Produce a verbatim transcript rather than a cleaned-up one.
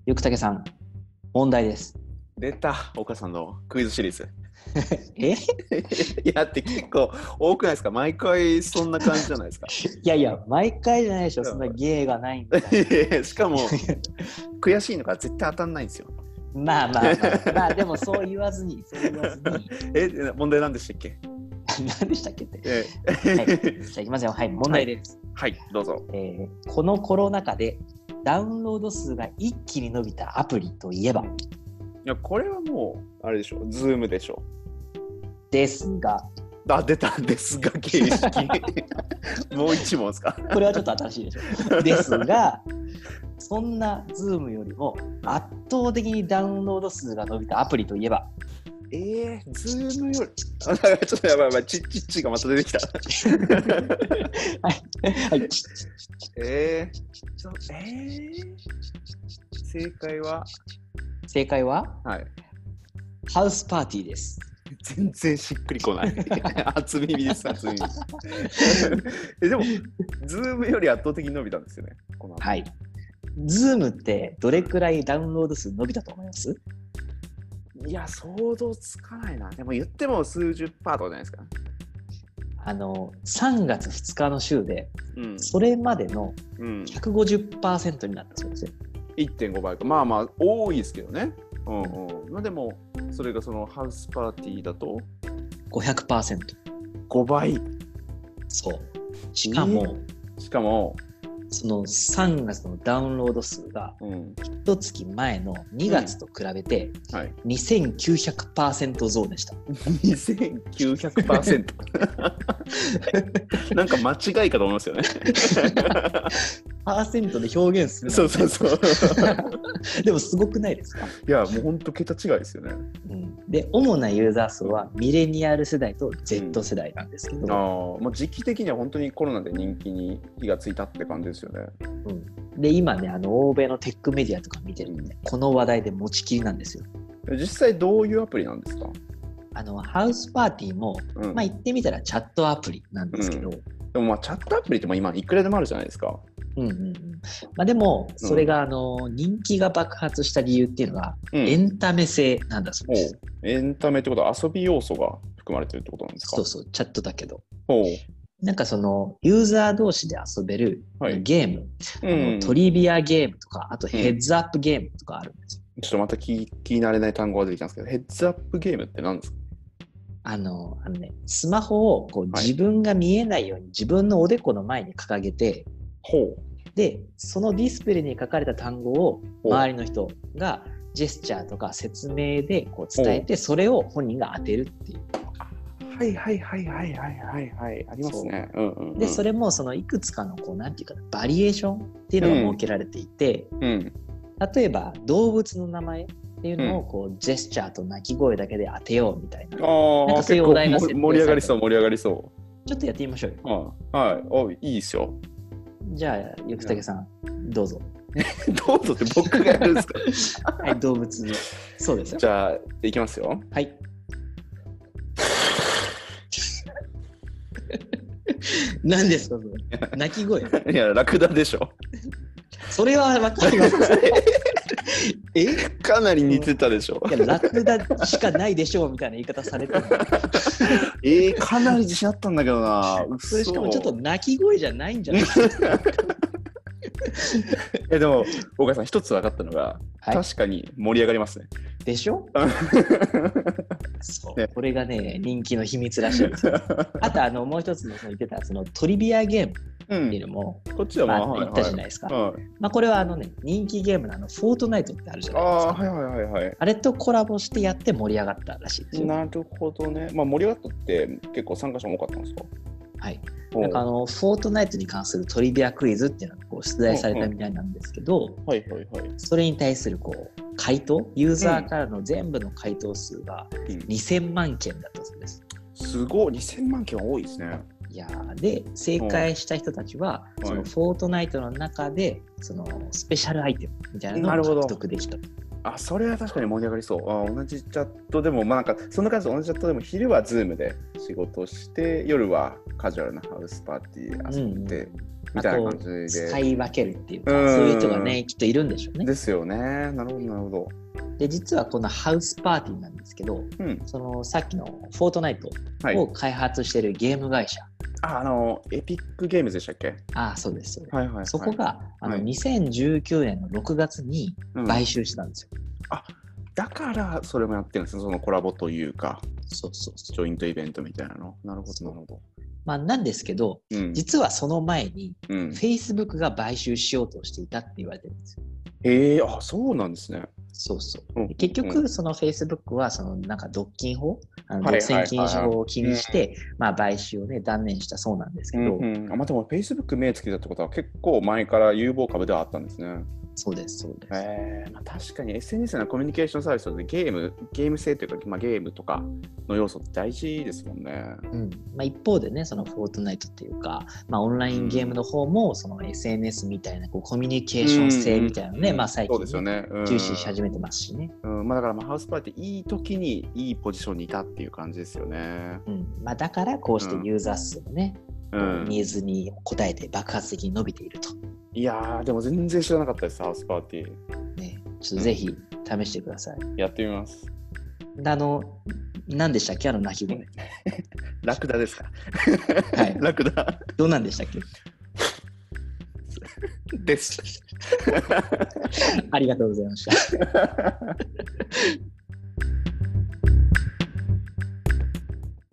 ゆくたけさん、問題です。 出た、岡さんのクイズシリーズ。 えいやって結構多くないですか？毎回そんな感じじゃないですか。 いやいや、毎回じゃないでしょ、そんな芸がないんだ。 しかも、悔しいのが絶対当たんないんですよ。 まあまあまあ、まあでもそう言わずに、そう言わずに。 え、問題何でしたっけ？ 何でしたっけって。 えはい、じゃあいきますよ。はい、問題です。 はい、はい、どうぞ。 えー、このコロナ禍でダウンロード数が一気に伸びたアプリといえば？いや、これはもう、あれでしょ、ズームでしょ。 ですが、 あ、出た、ですが形式。もう一問ですか？ これはちょっと新しいでしょ。ですが、そんなズームよりも圧倒的にダウンロード数が伸びたアプリといえば？ えー、ズームより、あ、ちょっとやばいやばい、ちっちっちがまた出てきた。 はい。はい。 えー、そう、えー、正解は？ 正解は、 はい、 ハウスパーティーです。 全然しっくりこない。初耳です、初耳。え、でも、ズームより圧倒的に伸びたんですよね。このはい。ズームってどれくらいダウンロード数伸びたと思います？ いや、想像つかないな。でも言っても数十パーとかじゃないですか。 あの、さんがつふつかの週で、 うん、 それまでのうん、 ひゃくごじゅっパーセントになったそうですよ。 いってんごばいか。まあまあ、多いですけどね。うんうん。まあ、でも、それがそのハウスパーティーだとごひゃくパーセント。 ごばい。 そう。しかも、 えー、しかも、 そのさんがつのダウンロード数がいっかげつまえのにがつと比べてにせんきゅうひゃくパーセント増でした。 にせんきゅうひゃくパーセント。なんか間違いかと思いますよね。 パーセントで表現するの。 そうそうそう。 でもすごくないですか？ いや、もう本当桁違いですよね。 うん、で、主なユーザー数はミレニアル世代と Z 世代なんですけど、うん、 ああ、もう時期的には本当にコロナで人気に火がついたって感じですよね。 うん、で、今ね、あの欧米のテックメディアとか見てるとね、この話題で持ちきりなんですよ。 実際どういうアプリなんですか？ あのハウスパーティーも、うん、まあ言ってみたらチャットアプリなんですけど、うん、 でもまあチャットアプリっても今いくらでもあるじゃないですか。 うんうんうん、まあ、でもそれがあの人気が爆発した理由っていうのが、うん、エンタメ性なんだそうです。 エンタメってことは遊び要素が含まれてるってことなんですか？ そうそう、チャットだけど。なんかそのユーザー同士で遊べるゲーム、はい、あのトリビアゲームとか、あとヘッズアップゲームとかあるんですよ。 うん、ちょっとまた聞き慣れない単語が出てきたんですけど、ヘッズアップゲームって何ですか？ あの、あのね、スマホをこう自分が見えないように自分のおでこの前に掲げて、 ほう。 で、そのディスプレイに書かれた単語を周りの人がジェスチャーとか説明でこう伝えて、それを本人が当てるっていう。 はいはいはいはいはいはいはい、ありますね。うんうんうん、 で、それもそのいくつかのこうなんていうかバリエーションっていうのが設けられていて、うんうん、例えば動物の名前っていうのをこう、うん、ジェスチャーと鳴き声だけで当てようみたいな。 あ、なんかそういうお題が設定されて盛り上がりそう盛り上がりそう。 ちょっとやってみましょうよ。 ああ、はい、おいいですよ。 じゃあ、ゆくたけさん、どうぞ。 どうぞって僕がやるんですか？ はい、動物に。そうですよ。 じゃあ、いきますよ。 はい。何ですか、それ。鳴き声。 いや、ラクダでしょ。 それは分かります。 えかなり似てたでしょ。 いや、ラクダしかないでしょうみたいな言い方されてる。 えー、かなり自信あったんだけどな。 それしかもちょっと鳴き声じゃないんじゃないですか。 えでも岡さん一つ分かったのが、はい、確かに盛り上がりますね。 でしょ？そう、ね、これがね人気の秘密らしいんですよ。あとあのもう一つの言ってたそのトリビアゲームっていうのも、うん、 こっちはまあ、 まあ、言ったじゃないですか。 はいはい、 まあ、これはあのね人気ゲームのあのフォートナイトってあるじゃないですか。 あ、はいはいはいはい、 あれとコラボしてやって盛り上がったらしいですよ。 なるほどね。まあ盛り上がったって結構参加者も多かったんですか？ はい、なんかあのフォートナイトに関するトリビアクイズっていうのがこう出題されたみたいなんですけど、それに対するこう回答、ユーザーからの全部の回答数がにせんまんけんだったそうです。 うん、すごい、にせんまんけんは多いですね。 いやで正解した人たちは、うん、そのフォートナイトの中でそのスペシャルアイテムみたいなのを獲得できた。 あ、それは確かに盛り上がりそう。あ、同じチャットでも、まあなんか、そんな感じで同じチャットでも、昼はズームで仕事して、夜はカジュアルなハウスパーティー遊んで、うん、みたいな感じで。 使い分けるっていうか、うん、そういう人がね、きっといるんでしょうね。 ですよね。なるほど、なるほど。 で、実はこのハウスパーティーなんですけど、うん、そのさっきのフォートナイトを開発しているゲーム会社。はい、 あ、あの、エピックゲームズでしたっけ？ ああ、そうです、そうです。 はいはいはい、 そこがあの、はい、にせんじゅうきゅうねんのろくがつに買収したんですよ。 うん、あ、だからそれもやってるんですね、そのコラボというか。 そうそうそう。 ジョイントイベントみたいなの。なるほど、なるほど。 まあ、なんですけど、うん、実はその前に、うん、Facebook が買収しようとしていたって言われてるんですよ。 へえ、あ、そうなんですね。 そうそう。うん、結局、その Facebook は、そのなんか独禁法、あの独占禁止法を気にして、まあ買収をね、断念したそうなんですけど。 うんうん、あ、まあ、でも Facebook 目つけたってことは結構前から有望株ではあったんですね。 そうです、そうです。 えーまあ、確かに エスエヌエス のコミュニケーションサービスでゲーム、ゲーム性というか、まあ、ゲームとかの要素って大事ですもんね。 うんまあ、一方でね、そのフォートナイトっていうか、まあ、オンラインゲームの方も、その エスエヌエス みたいなこうコミュニケーション性みたいなのね、うん、まあ、最近、ね、そうですよね、うん、重視し始めてますしね。 うんまあ、だからまあハウスパーティー、いい時にいいポジションにいたっていう感じですよね。 うんまあ、だからこうしてユーザー数もね、うん、ニーズに応えて爆発的に伸びていると。 いやー、でも全然知らなかったです、ハウスパーティー。ね、ちょっとぜひ試してください。 うん、やってみます。 あの、何でしたっけ、あの鳴き声。 ラクダですか。 はい。 ラクダ。 どうなんでしたっけ。 です。 ありがとうございました。